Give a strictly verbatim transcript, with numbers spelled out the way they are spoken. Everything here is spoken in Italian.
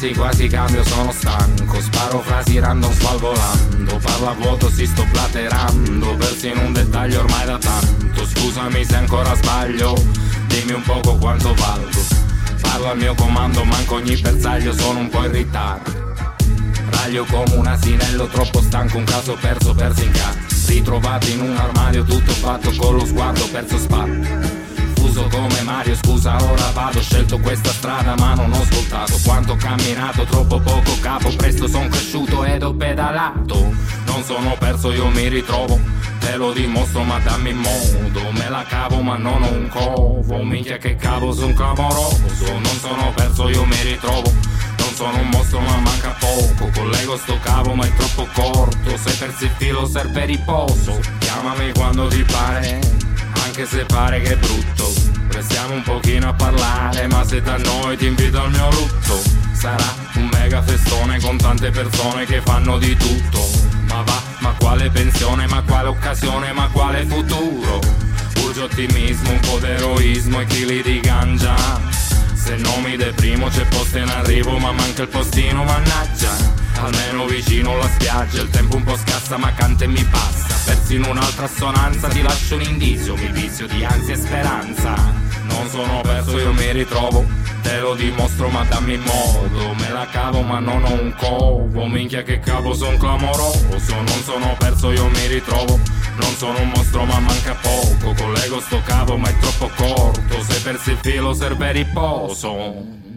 quasi quasi cambio, sono stanco. Sparo frasi random svalvolando, parlo a vuoto, si sto platerando, persino un dettaglio ormai da tanto. Scusami se ancora sbaglio, dimmi un poco quanto valgo. Parlo al mio comando, manco ogni bersaglio, sono un po' in ritardo. Raglio come un asinello troppo stanco, un caso perso, perso in casa. Ritrovato in un armadio tutto fatto con lo sguardo perso spazio. Fuso come Mario, scusa ora vado, ho scelto questa strada ma non ho ascoltato quanto ho camminato, troppo poco capo, presto son cresciuto ed ho pedalato. Non sono perso, io mi ritrovo, te lo dimostro ma dammi modo. Me la cavo ma non ho un covo, minchia che cavo, son clamoroso. Non sono perso, io mi ritrovo, non sono un mostro ma manca poco. Collego sto cavo ma è troppo corto, se persi il filo serve riposo. Chiamami quando ti pare, anche se pare che è brutto. Restiamo un pochino a parlare, ma se da noi ti invito al mio lutto. Sarà un mega festone con tante persone che fanno di tutto. Ma va, ma quale pensione, ma quale occasione, ma quale futuro? Urge ottimismo, un po' d'eroismo e chili di ganja. Se non mi deprimo c'è posto in arrivo ma manca il postino, mannaggia. Almeno vicino alla spiaggia, il tempo un po' scassa ma canta e mi passa. Persi in un'altra assonanza, ti lascio un indizio, mi vizio di ansia e speranza. Non sono perso, io mi ritrovo, te lo dimostro ma dammi modo. Me la cavo ma non ho un covo, minchia che cavo, son clamoroso. Non sono perso, io mi ritrovo, non sono un mostro ma manca poco. Collego sto cavo ma è troppo corto, se persi il filo serve riposo.